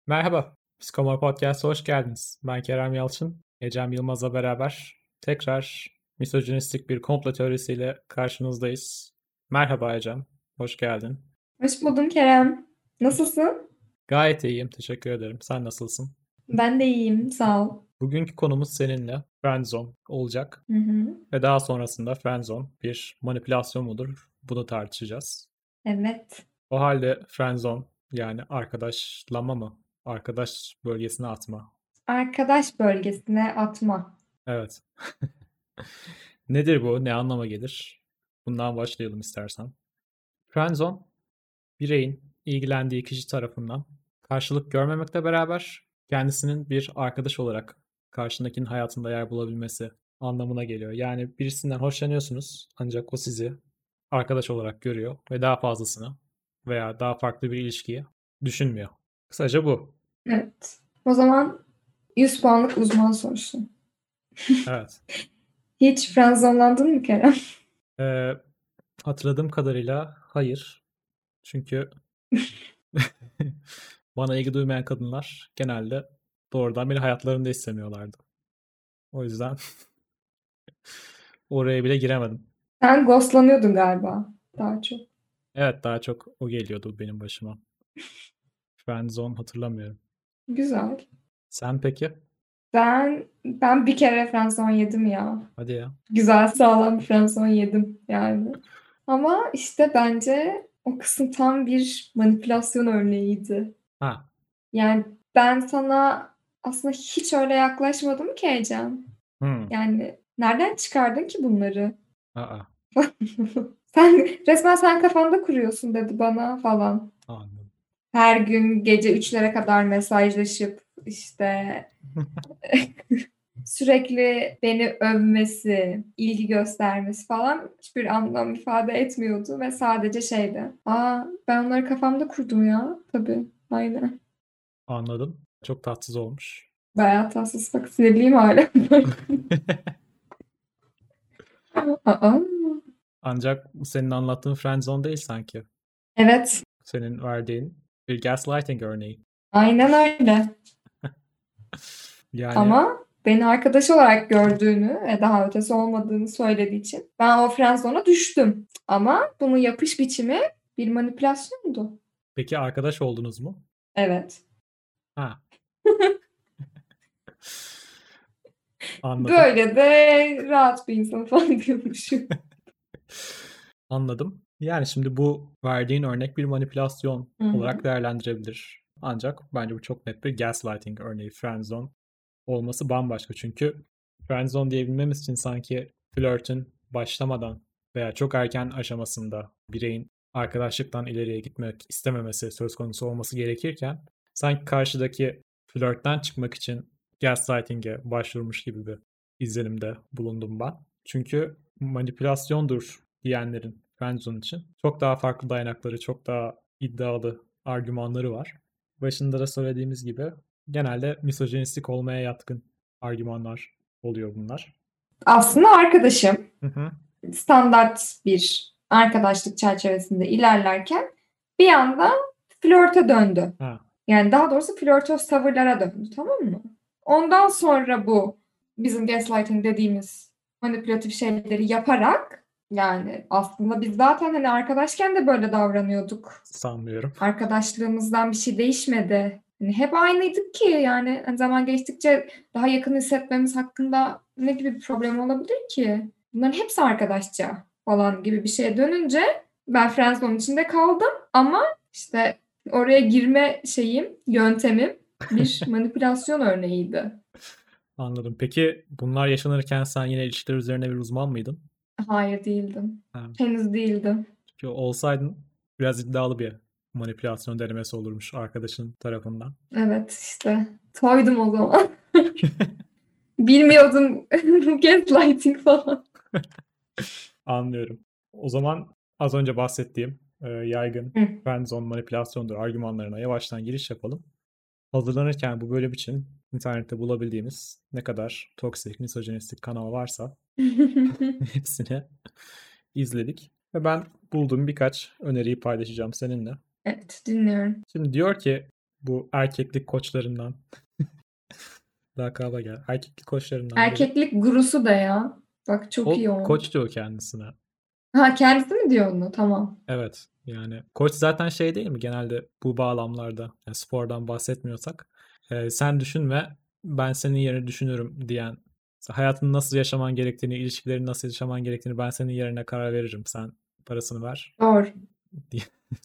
Merhaba, Psikomor Podcast'a hoş geldiniz. Ben Kerem Yalçın, Ecem Yılmaz'la beraber tekrar misojinistlik bir komplo teorisiyle karşınızdayız. Merhaba Ecem, hoş geldin. Hoş buldum Kerem. Nasılsın? Gayet iyiyim, teşekkür ederim. Sen nasılsın? Ben de iyiyim, sağ ol. Bugünkü konumuz seninle friendzone olacak Hı hı. ve daha sonrasında friendzone bir manipülasyon mudur? Bunu tartışacağız. Evet. O halde friendzone yani arkadaşlama mı? Arkadaş bölgesine atma. Arkadaş bölgesine atma. Evet. Nedir bu? Ne anlama gelir? Bundan başlayalım istersen. Friendzone, bireyin ilgilendiği kişi tarafından karşılık görmemekle beraber kendisinin bir arkadaş olarak karşındakinin hayatında yer bulabilmesi anlamına geliyor. Yani birisinden hoşlanıyorsunuz ancak o sizi arkadaş olarak görüyor ve daha fazlasını veya daha farklı bir ilişkiyi düşünmüyor. Kısaca bu. Evet. O zaman 100 puanlık uzman sorusu. Evet. Hiç friendzone'landın mı Kerem? Ee, Hatırladığım kadarıyla hayır. Çünkü bana ilgi duymayan kadınlar genelde doğrudan beni hayatlarında istemiyorlardı. O yüzden oraya bile giremedim. Sen ghostlanıyordun galiba daha çok. Evet, daha çok o geliyordu benim başıma. Friendzone hatırlamıyorum. Güzel. Sen peki? Ben bir kere friendzone yedim ya. Hadi ya. Güzel sağlam bir friendzone yedim yani. Ama işte bence o kısım tam bir manipülasyon örneğiydi. Ha. Yani ben sana aslında hiç öyle yaklaşmadım ki Ecem. Hmm. Yani nereden çıkardın ki bunları? Aa. Resmen sen kafanda kuruyorsun dedi bana falan. Anladım. Her gün gece 3'lere kadar mesajlaşıp işte sürekli beni övmesi, ilgi göstermesi falan hiçbir anlam ifade etmiyordu ve sadece şeydi. Ben onları kafamda kurdum ya. Tabii. Aynen. Anladım. Çok tatsız olmuş. Bayağı tatsız. Bak sinirliyim hala. Aa. Ancak bu senin anlattığın friendzone değil sanki. Evet. Senin verdiğin bir gaslighting örneği. Aynen öyle. Yani Ama beni arkadaş olarak gördüğünü ve daha ötesi olmadığını söylediği için ben o friendzone'a düştüm. Ama bunun yapış biçimi bir manipülasyondu. peki arkadaş oldunuz mu? Evet. Ha, anladım. Böyle de rahat bir insan falan diyormuşum. Anladım. Yani şimdi bu verdiğin örnek bir manipülasyon Hı hı. olarak değerlendirebilir. Ancak bence bu çok net bir gaslighting örneği. Friendzone olması bambaşka. Çünkü friendzone diyebilmemiz için sanki flörtün başlamadan veya çok erken aşamasında bireyin arkadaşlıktan ileriye gitmek istememesi söz konusu olması gerekirken sanki karşıdaki flörtten çıkmak için gaslighting'e başvurmuş gibi bir izlenimde bulundum ben. Çünkü manipülasyondur diyenlerin friendzone için çok daha farklı dayanakları, çok daha iddialı argümanları var. Başında da söylediğimiz gibi genelde misojinistik olmaya yatkın argümanlar oluyor bunlar. Aslında arkadaşım Hı hı. standart bir arkadaşlık çerçevesinde ilerlerken bir anda flörte döndü. Ha, Yani daha doğrusu flörtöz tavırlara döndü, tamam mı? Ondan sonra bu bizim gaslighting dediğimiz manipülatif şeyleri yaparak yani aslında biz zaten hani arkadaşken de böyle davranıyorduk. sanmıyorum. Arkadaşlığımızdan bir şey değişmedi. Hani hep aynıydık ki yani hani zaman geçtikçe daha yakın hissetmemiz hakkında ne gibi bir problem olabilir ki? Bunların hepsi arkadaşça falan gibi bir şeye dönünce ben friendzone içinde kaldım ama işte oraya girme yöntemim bir manipülasyon örneğiydi. Anladım. Peki bunlar yaşanırken sen yine ilişkiler üzerine bir uzman mıydın? Hayır değildim. Ha, Henüz değildim. çünkü olsaydın biraz iddialı bir manipülasyon denemesi olurmuş arkadaşın tarafından. Evet işte toydum o zaman. Bilmiyordum gaslighting falan. Anlıyorum. O zaman az önce bahsettiğim yaygın Hı. friendzone manipülasyondur argümanlarına yavaştan giriş yapalım. Hazırlanırken bu bölüm için internette bulabildiğimiz ne kadar toksik, misojinistik kanal varsa hepsini izledik. Ve ben bulduğum birkaç öneriyi paylaşacağım seninle. Evet, dinliyorum. Şimdi diyor ki Bu erkeklik koçlarından lakaba gel. Erkeklik koçlarından biri. Erkeklik gurusu da ya. Bak çok iyi O oldu. koç diyor kendisine. Ha kendisi mi diyor onu? Tamam. Evet. Yani koç zaten şey değil mi? Genelde bu bağlamlarda yani spordan bahsetmiyorsak sen düşünme ben senin yerine düşünürüm diyen hayatını nasıl yaşaman gerektiğini, ilişkilerini nasıl yaşaman gerektiğini ben senin yerine karar veririm. Sen parasını ver Doğru. diye.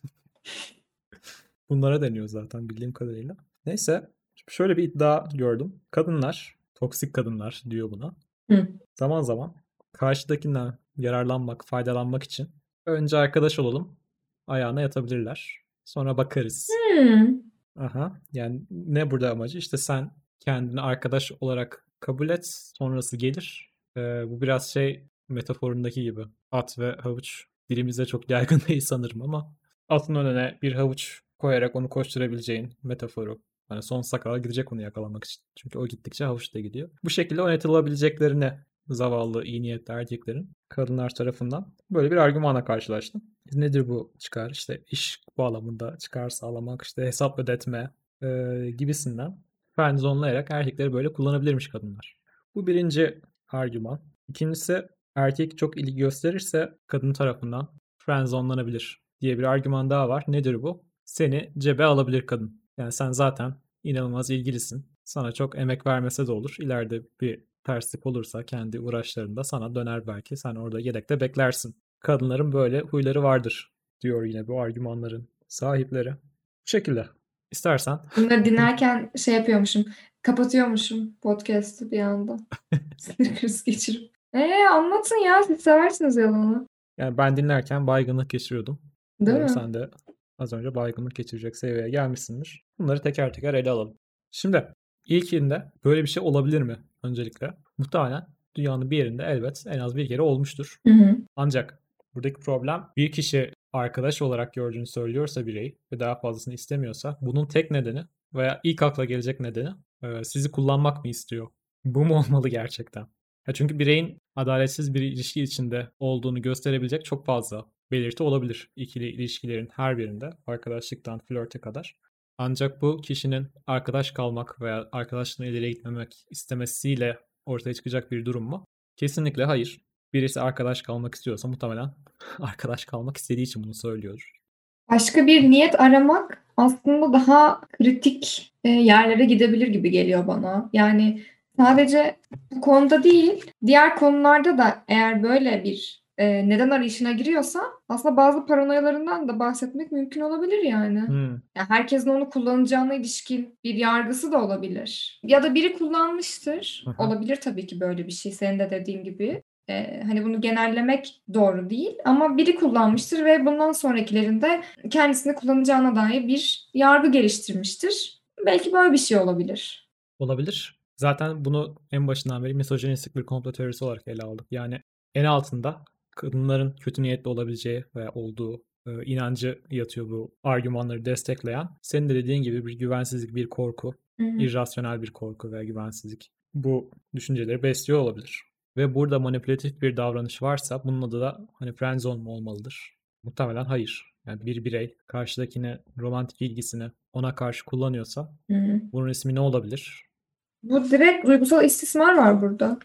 Bunlara deniyor zaten bildiğim kadarıyla. Neyse şöyle bir iddia gördüm. Kadınlar, toksik kadınlar diyor buna. Hı. Zaman zaman karşıdakinden yararlanmak, faydalanmak için önce arkadaş olalım, ayağına yatabilirler. Sonra bakarız. Hmm. Aha. Yani ne burada amacı? İşte sen kendini arkadaş olarak kabul et, sonrası gelir. Bu biraz şey metaforundaki gibi. At ve havuç dilimizde çok yaygın değil sanırım ama atın önüne bir havuç koyarak onu koşturabileceğin metaforu. Hani sonsuza kadar gidecek onu yakalamak için. Çünkü o gittikçe havuç da gidiyor. Bu şekilde oynatılabileceklerini zavallı iyi niyetli erkeklerin kadınlar tarafından böyle bir argümanla karşılaştım. Nedir bu çıkar? İşte iş bağlamında çıkar sağlamak, işte hesap ödetme gibisinden friendzonelayarak erkekleri böyle kullanabilirmiş kadınlar. Bu birinci argüman. İkincisi erkek çok ilgi gösterirse kadın tarafından friendzonlanabilir diye bir argüman daha var. Nedir bu? Seni cebe alabilir kadın. Yani sen zaten inanılmaz ilgilisin. Sana çok emek vermese de olur. İleride bir terslik olursa kendi uğraşlarında sana döner belki. Sen orada yedekte beklersin. Kadınların böyle huyları vardır diyor yine bu argümanların sahipleri. Bu şekilde. İstersen. Bunları dinlerken şey yapıyormuşum. Kapatıyormuşum podcast'ı bir anda. Sinir krizi geçirip. Anlatın ya siz seversiniz yalanı. Yani ben dinlerken baygınlık geçiriyordum. Değil Umarım mi? sen de az önce baygınlık geçirecek seviyeye gelmişsindir. Bunları teker teker ele alalım. Şimdi ilkinde böyle bir şey olabilir mi öncelikle? Muhtemelen dünyanın bir yerinde elbet en az bir kere olmuştur. Hı hı. Ancak buradaki problem bir kişi arkadaş olarak gördüğünü söylüyorsa bireyi ve daha fazlasını istemiyorsa bunun tek nedeni veya ilk akla gelecek nedeni sizi kullanmak mı istiyor? Bu mu olmalı gerçekten? Ya çünkü bireyin adaletsiz bir ilişki içinde olduğunu gösterebilecek çok fazla belirti olabilir ikili ilişkilerin her birinde arkadaşlıktan flörte kadar. Ancak bu kişinin arkadaş kalmak veya arkadaşlığını ileri gitmemek istemesiyle ortaya çıkacak bir durum mu? Kesinlikle hayır. Birisi arkadaş kalmak istiyorsa muhtemelen arkadaş kalmak istediği için bunu söylüyordur. Başka bir niyet aramak aslında daha kritik yerlere gidebilir gibi geliyor bana. Yani sadece bu konuda değil, diğer konularda da eğer böyle bir neden arayışına giriyorsa aslında bazı paranoyalarından da bahsetmek mümkün olabilir yani. Hmm. Yani herkesin onu kullanacağına ilişkin bir yargısı da olabilir. Ya da biri kullanmıştır. Aha. Olabilir tabii ki böyle bir şey senin de dediğin gibi. Hani bunu genellemek doğru değil ama biri kullanmıştır ve bundan sonrakilerinde kendisini kullanacağına dair bir yargı geliştirmiştir. Belki böyle bir şey olabilir. Olabilir. Zaten bunu en başından beri misojinistik bir komplo teorisi olarak ele aldık. Yani en altında kadınların kötü niyetli olabileceği veya olduğu inancı yatıyor bu argümanları destekleyen. Senin de dediğin gibi bir güvensizlik, bir korku, Hı hı. irrasyonel bir korku veya güvensizlik bu düşünceleri besliyor olabilir. Ve burada manipülatif bir davranış varsa bunun adı da hani friendzone mu olmalıdır? Muhtemelen hayır. Yani bir birey karşıdakine romantik ilgisini ona karşı kullanıyorsa Hı hı. bunun ismi ne olabilir? Bu direkt duygusal istismar var burada.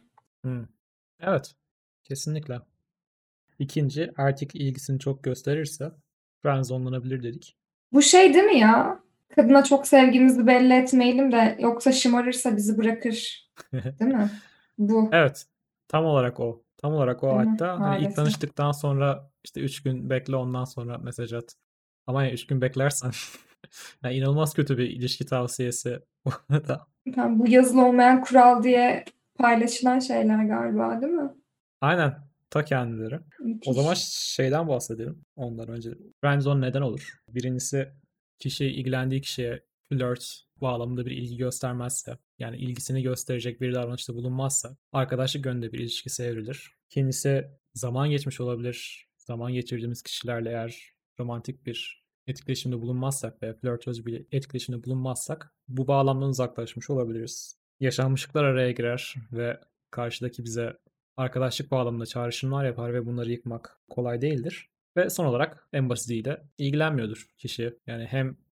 Evet, kesinlikle. İkinci, erkek ilgisini çok gösterirse friendzonelanabilir dedik. Bu şey değil mi ya? Kadına çok sevgimizi belli etmeyelim de yoksa şımarırsa bizi bırakır. Değil mi? Bu. Evet, tam olarak o. Tam olarak o Değil mi? hatta hani ilk Maalesef. tanıştıktan sonra işte 3 gün bekle ondan sonra mesaj at. Ama ya 3 gün beklersen yani inanılmaz kötü bir ilişki tavsiyesi bu arada. Tamam, bu yazılı olmayan kural diye paylaşılan şeyler galiba değil mi? Aynen, ta kendileri. O zaman Müthiş. şeyden bahsedelim ondan önce. Friendzone neden olur? Birincisi kişi ilgilendiği kişiye flört bağlamında bir ilgi göstermezse, yani ilgisini gösterecek bir davranışta bulunmazsa arkadaşlık yönünde bir ilişkisi evrilir. İkincisi zaman geçmiş olabilir. Zaman geçirdiğimiz kişilerle eğer romantik bir etkileşimde bulunmazsak veya flörtöz bir etkileşimde bulunmazsak bu bağlamdan uzaklaşmış olabiliriz. Yaşanmışlıklar araya girer ve karşıdaki bize arkadaşlık bağlamında çağrışımlar yapar ve bunları yıkmak kolay değildir. Ve son olarak en basitiyle ilgilenmiyordur kişi. Yani hem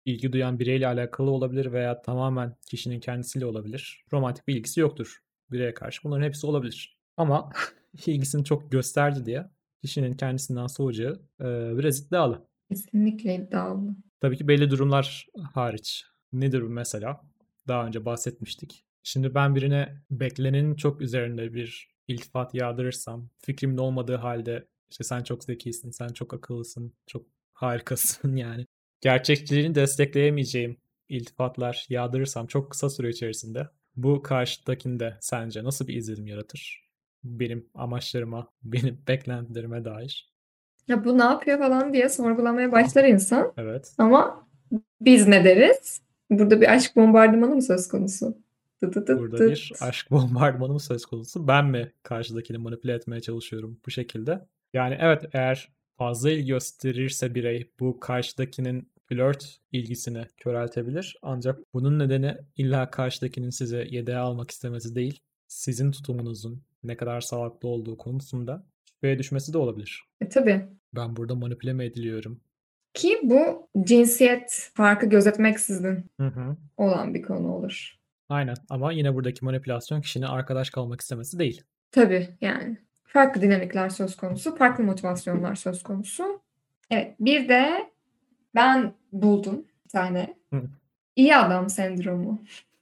ilgi duyan bireyle alakalı olabilir veya tamamen kişinin kendisiyle olabilir. Romantik bir ilgisi yoktur bireye karşı. Bunların hepsi olabilir. Ama ilgisini çok gösterdi diye kişinin kendisinden soğuyacağı biraz iddialı. Kesinlikle iddialı. Tabii ki belli durumlar hariç. Nedir bu mesela? Daha önce bahsetmiştik. Şimdi ben birine beklenenin çok üzerinde bir iltifat yağdırırsam, fikrimin olmadığı halde işte sen çok zekisin, sen çok akıllısın, çok harikasın yani. Gerçekçiliğini destekleyemeyeceğim iltifatlar yağdırırsam çok kısa süre içerisinde bu karşıdakinde sence nasıl bir izlenim yaratır? Benim amaçlarıma, benim beklentilerime dair. Ya bu ne yapıyor falan diye sorgulamaya başlar insan. Evet. Ama biz ne deriz? Burada bir aşk bombardımanı mı söz konusu? Tıt tıt tıt Burada bir tıt. aşk bombardımanı mı söz konusu? Ben mi karşıdakini manipüle etmeye çalışıyorum bu şekilde? Yani evet, eğer fazla ilgi gösterirse birey bu karşıdakinin flört ilgisini köreltebilir. Ancak bunun nedeni illa karşıdakinin size yedeğe almak istemesi değil, sizin tutumunuzun ne kadar sağlıklı olduğu konusunda şüpheye düşmesi de olabilir. Tabii. Ben burada manipüle mi ediliyorum? Ki bu cinsiyet farkı gözetmeksizin Hı hı. olan bir konu olur. Aynen, ama yine buradaki manipülasyon kişinin arkadaş kalmak istemesi değil. Tabii yani. Farklı dinamikler söz konusu, farklı motivasyonlar söz konusu. Evet, bir de ben buldum bir tane. Hı. İyi adam sendromu.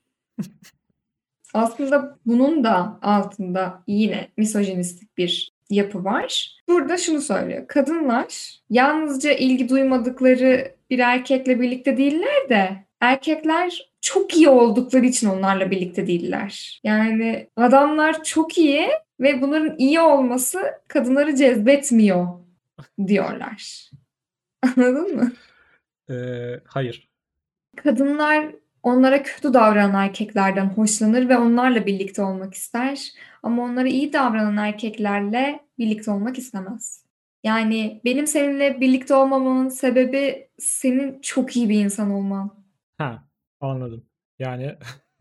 Aslında bunun da altında yine misojinistik bir yapı var. Burada şunu söylüyor. Kadınlar yalnızca ilgi duymadıkları bir erkekle birlikte değiller de erkekler çok iyi oldukları için onlarla birlikte değiller. Yani adamlar çok iyi ve bunların iyi olması kadınları cezbetmiyor diyorlar. Anladın mı? Hayır. Kadınlar onlara kötü davranan erkeklerden hoşlanır ve onlarla birlikte olmak ister. Ama onlara iyi davranan erkeklerle birlikte olmak istemez. Yani benim seninle birlikte olmamamın sebebi senin çok iyi bir insan olman. Ha, anladım. Yani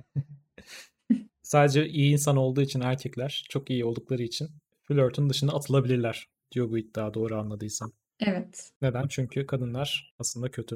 sadece iyi insan olduğu için erkekler, çok iyi oldukları için flörtün dışına atılabilirler diyor bu iddia, doğru anladıysam. Evet. Neden? Çünkü kadınlar aslında kötü.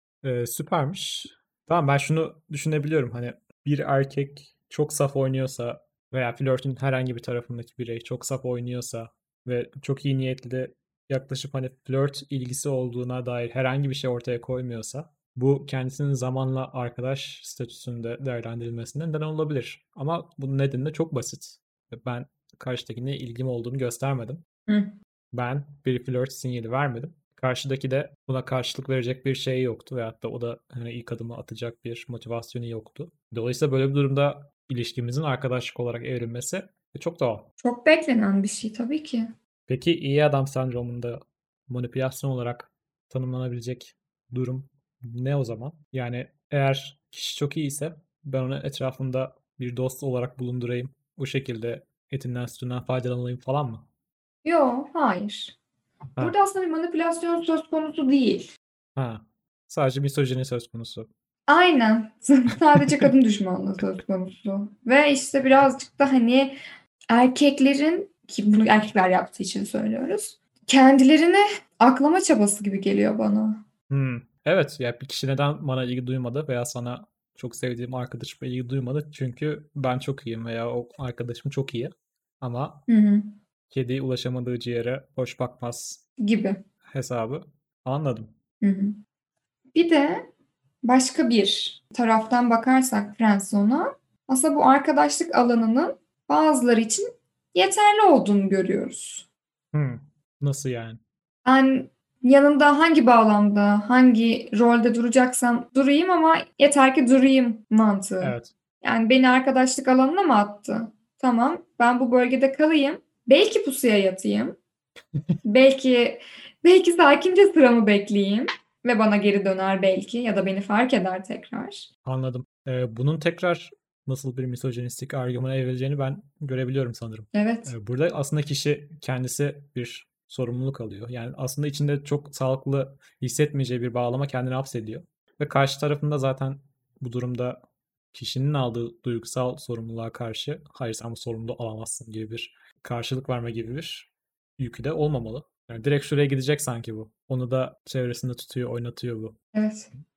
Süpermiş. Tamam, ben şunu düşünebiliyorum, hani bir erkek çok saf oynuyorsa veya flörtün herhangi bir tarafındaki birey çok saf oynuyorsa ve çok iyi niyetli yaklaşıp hani flört ilgisi olduğuna dair herhangi bir şey ortaya koymuyorsa bu kendisinin zamanla arkadaş statüsünde değerlendirilmesine neden olabilir. Ama bunun nedeni de çok basit. Ben karşıdakine ilgim olduğunu göstermedim. Hı. Ben bir flört sinyali vermedim. Karşıdaki de buna karşılık verecek bir şey yoktu veyahut da o da hani ilk adımı atacak bir motivasyonu yoktu. Dolayısıyla böyle bir durumda ilişkimizin arkadaşlık olarak evrilmesi çok doğal. Çok beklenen bir şey tabii ki. Peki iyi adam sendromunda manipülasyon olarak tanımlanabilecek durum ne o zaman? Yani eğer kişi çok iyi ise ben onu etrafımda bir dost olarak bulundurayım. O şekilde etinden sütünden faydalanayım falan mı? Yok, hayır. Ha, Burada aslında bir manipülasyon söz konusu değil. ha. Sadece misojini söz konusu. Aynen. Sadece kadın düşmanlığı söz konusu. Ve işte birazcık da hani erkeklerin, ki bunu erkekler yaptığı için söylüyoruz, kendilerini aklama çabası gibi geliyor bana. Evet, ya bir kişi neden bana ilgi duymadı veya sana çok sevdiğim arkadaşıma ilgi duymadı? Çünkü ben çok iyiyim veya o arkadaşım çok iyi. Ama Hı hı. kedi ulaşamadığı ciğere hoş bakmaz Gibi. hesabı. Anladım. Hı hı. Bir de başka bir taraftan bakarsak friendzone'a, aslında bu arkadaşlık alanının bazıları için yeterli olduğunu görüyoruz. Hmm. Nasıl yani? Ben yanında hangi bağlamda, hangi rolde duracaksam durayım ama yeter ki durayım mantığı. Evet. Yani beni arkadaşlık alanına mı attı? Tamam, ben bu bölgede kalayım. Belki pusuya yatayım. Belki sakince sıramı bekleyeyim ve bana geri döner belki ya da beni fark eder tekrar. Anladım. Bunun tekrar nasıl bir misojinistik argümana evrileceğini ben görebiliyorum sanırım. Evet. Burada aslında kişi kendisi bir sorumluluk alıyor. Yani aslında içinde çok sağlıklı hissetmeyeceği bir bağlama kendini hapsediyor. Ve karşı tarafında zaten bu durumda kişinin aldığı duygusal sorumluluğa karşı hayır sen bu sorumluluğu alamazsın gibi bir karşılık verme gibi bir yükü de olmamalı. Yani direkt şuraya gidecek sanki bu. Onu da çevresinde tutuyor, oynatıyor bu. Evet.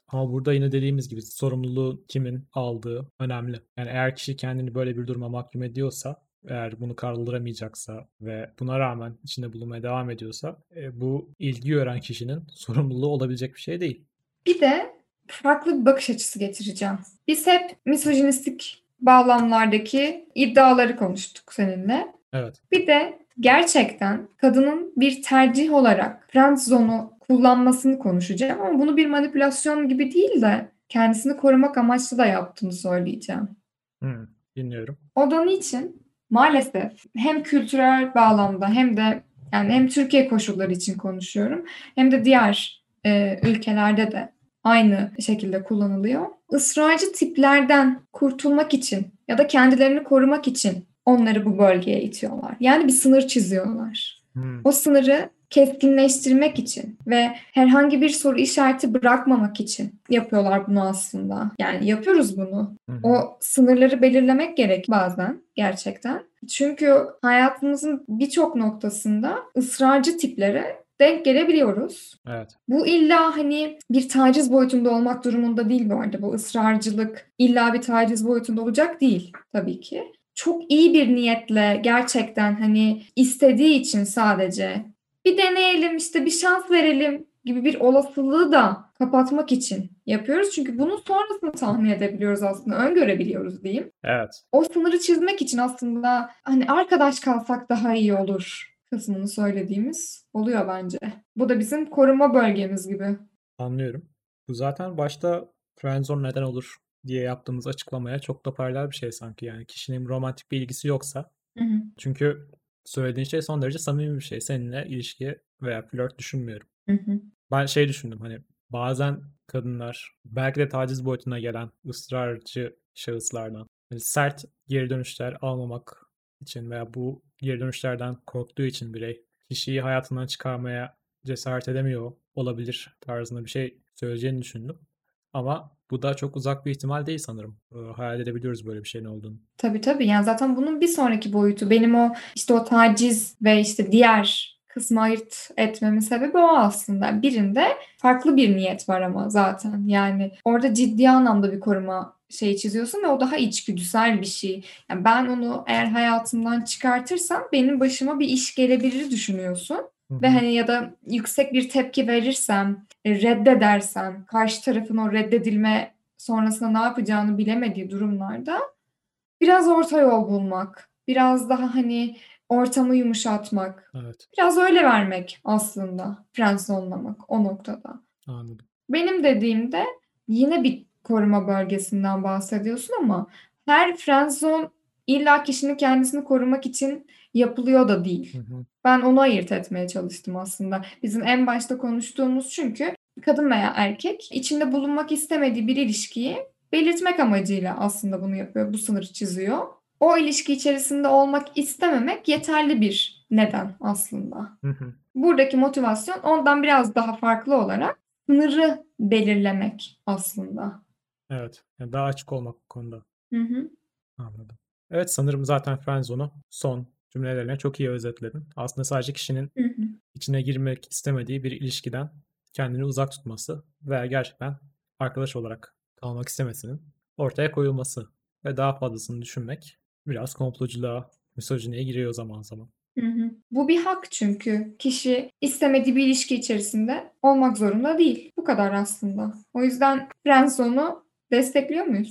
Ama burada yine dediğimiz gibi sorumluluğu kimin aldığı önemli. Yani eğer kişi kendini böyle bir duruma mahkum ediyorsa, eğer bunu kaldıramayacaksa ve buna rağmen içinde bulunmaya devam ediyorsa bu ilgi gören kişinin sorumluluğu olabilecek bir şey değil. Bir de farklı bir bakış açısı getireceğim. Biz hep misojinistik bağlamlardaki iddiaları konuştuk seninle. Evet. Bir de gerçekten kadının bir tercih olarak friend zone'u kullanmasını konuşacağım ama bunu bir manipülasyon gibi değil de kendisini korumak amaçlı da yaptığını söyleyeceğim. Dinliyorum. O da niçin? Maalesef hem kültürel bağlamda hem de yani hem Türkiye koşulları için konuşuyorum hem de diğer ülkelerde de aynı şekilde kullanılıyor. Israrcı tiplerden kurtulmak için ya da kendilerini korumak için onları bu bölgeye itiyorlar. Yani bir sınır çiziyorlar. O sınırı keskinleştirmek için ve herhangi bir soru işareti bırakmamak için yapıyorlar bunu aslında. Yani yapıyoruz bunu. O sınırları belirlemek gerek bazen gerçekten. Çünkü hayatımızın birçok noktasında ısrarcı tiplere denk gelebiliyoruz. Evet. Bu illa hani bir taciz boyutunda olmak durumunda değil bu arada. Bu ısrarcılık illa bir taciz boyutunda olacak değil tabii ki. Çok iyi bir niyetle gerçekten hani istediği için sadece bir deneyelim işte bir şans verelim gibi bir olasılığı da kapatmak için yapıyoruz. Çünkü bunun sonrasını tahmin edebiliyoruz aslında, öngörebiliyoruz diyeyim. Evet. O sınırı çizmek için aslında hani arkadaş kalsak daha iyi olur kısmını söylediğimiz oluyor bence. Bu da bizim koruma bölgemiz gibi. Anlıyorum. Bu zaten başta friendzone neden olur diye yaptığımız açıklamaya çok da paralel bir şey sanki. Yani kişinin romantik bir ilgisi yoksa. Hı hı. Çünkü söylediğin şey son derece samimi bir şey. Seninle ilişki veya flört düşünmüyorum. Hı hı. Ben şey düşündüm, hani bazen kadınlar belki de taciz boyutuna gelen ısrarcı şahıslardan hani sert geri dönüşler almamak için veya bu geri dönüşlerden korktuğu için birey kişiyi hayatından çıkarmaya cesaret edemiyor olabilir tarzında bir şey söyleyeceğini düşündüm. Ama bu da çok uzak bir ihtimal değil sanırım. Hayal edebiliyoruz böyle bir şeyin olduğunu. Tabii tabii. Yani zaten bunun bir sonraki boyutu benim o işte o taciz ve işte diğer kısmı ayırt etmemin sebebi o aslında. Birinde farklı bir niyet var ama zaten. Yani orada ciddi anlamda bir koruma şeyi çiziyorsun ve o daha içgüdüsel bir şey. Yani ben onu eğer hayatımdan çıkartırsam benim başıma bir iş gelebilir düşünüyorsun. Hı Ve hı. hani ya da yüksek bir tepki verirsem, reddedersem, karşı tarafın o reddedilme sonrasında ne yapacağını bilemediği durumlarda biraz orta yol bulmak, biraz daha hani ortamı yumuşatmak, Evet, biraz öyle vermek aslında friendzonelamak o noktada. anladım. Benim dediğimde yine bir koruma bölgesinden bahsediyorsun ama her friendzone illa kişinin kendisini korumak için yapılıyor da Hı değil. hı. Ben onu ayırt etmeye çalıştım aslında. Bizim en başta konuştuğumuz çünkü kadın veya erkek içinde bulunmak istemediği bir ilişkiyi belirtmek amacıyla aslında bunu yapıyor. Bu sınırı çiziyor. O ilişki içerisinde olmak istememek yeterli bir neden aslında. Hı hı. Buradaki motivasyon ondan biraz daha farklı olarak sınırı belirlemek aslında. Evet, yani daha açık olmak bu konuda. Hı hı. Anladım. Evet, sanırım zaten Friendzone'u son cümlelerine çok iyi özetledin. Aslında sadece kişinin Hı hı. içine girmek istemediği bir ilişkiden kendini uzak tutması veya gerçekten arkadaş olarak kalmak istemesinin ortaya koyulması ve daha fazlasını düşünmek biraz komploculuğa, misojinie giriyor zaman zaman. Hı hı. Bu bir hak çünkü. Kişi istemediği bir ilişki içerisinde olmak zorunda değil. Bu kadar aslında. O yüzden friendzone'u destekliyor muyuz?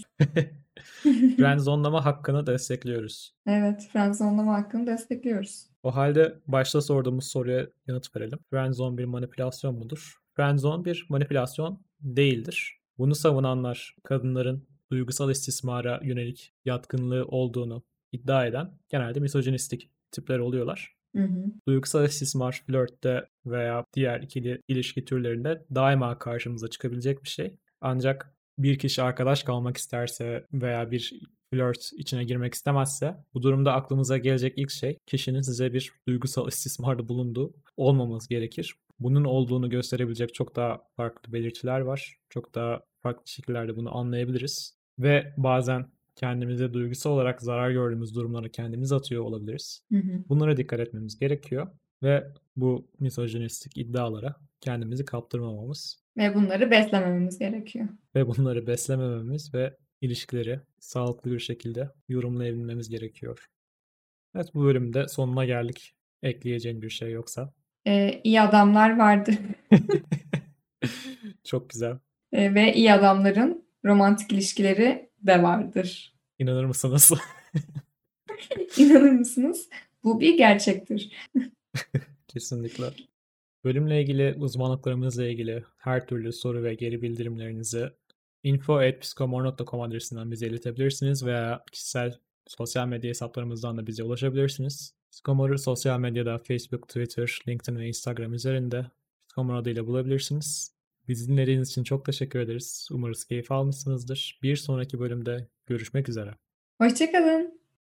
Friendzonelama hakkını destekliyoruz. Evet, friendzonelama hakkını destekliyoruz. O halde başta sorduğumuz soruya yanıt verelim. Friendzone bir manipülasyon mudur? Friendzone bir manipülasyon değildir. Bunu savunanlar kadınların duygusal istismara yönelik yatkınlığı olduğunu iddia eden genelde misojinistik tipler oluyorlar. Hı hı. Duygusal istismar flörtte veya diğer ikili ilişki türlerinde daima karşımıza çıkabilecek bir şey. Ancak bir kişi arkadaş kalmak isterse veya bir flört içine girmek istemezse bu durumda aklımıza gelecek ilk şey kişinin size bir duygusal istismarda bulunduğu olmaması gerekir. Bunun olduğunu gösterebilecek çok daha farklı belirtiler var. Çok daha farklı şekillerde bunu anlayabiliriz. Ve bazen kendimize duygusal olarak zarar gördüğümüz durumlara kendimiz atıyor olabiliriz. Hı hı. Bunlara dikkat etmemiz gerekiyor ve bu misojinistik iddialara kendimizi kaptırmamamız Ve bunları beslemememiz gerekiyor. Ve bunları beslemememiz ve ilişkileri sağlıklı bir şekilde yorumlayabilmemiz gerekiyor. Evet, bu bölümde sonuna geldik. Ekleyeceğin bir şey yoksa. İyi adamlar vardır. Çok güzel. Ve iyi adamların romantik ilişkileri de vardır. İnanır mısınız? İnanır mısınız? Bu bir gerçektir. Kesinlikle. Bölümle ilgili, uzmanlıklarımızla ilgili her türlü soru ve geri bildirimlerinizi info@psikomor.com adresinden bize iletebilirsiniz veya kişisel sosyal medya hesaplarımızdan da bize ulaşabilirsiniz. Psikomor'u sosyal medyada Facebook, Twitter, LinkedIn ve Instagram üzerinde Psikomor adıyla bulabilirsiniz. Bizi dinlediğiniz için çok teşekkür ederiz. Umarız keyif almışsınızdır. Bir sonraki bölümde görüşmek üzere. Hoşça kalın.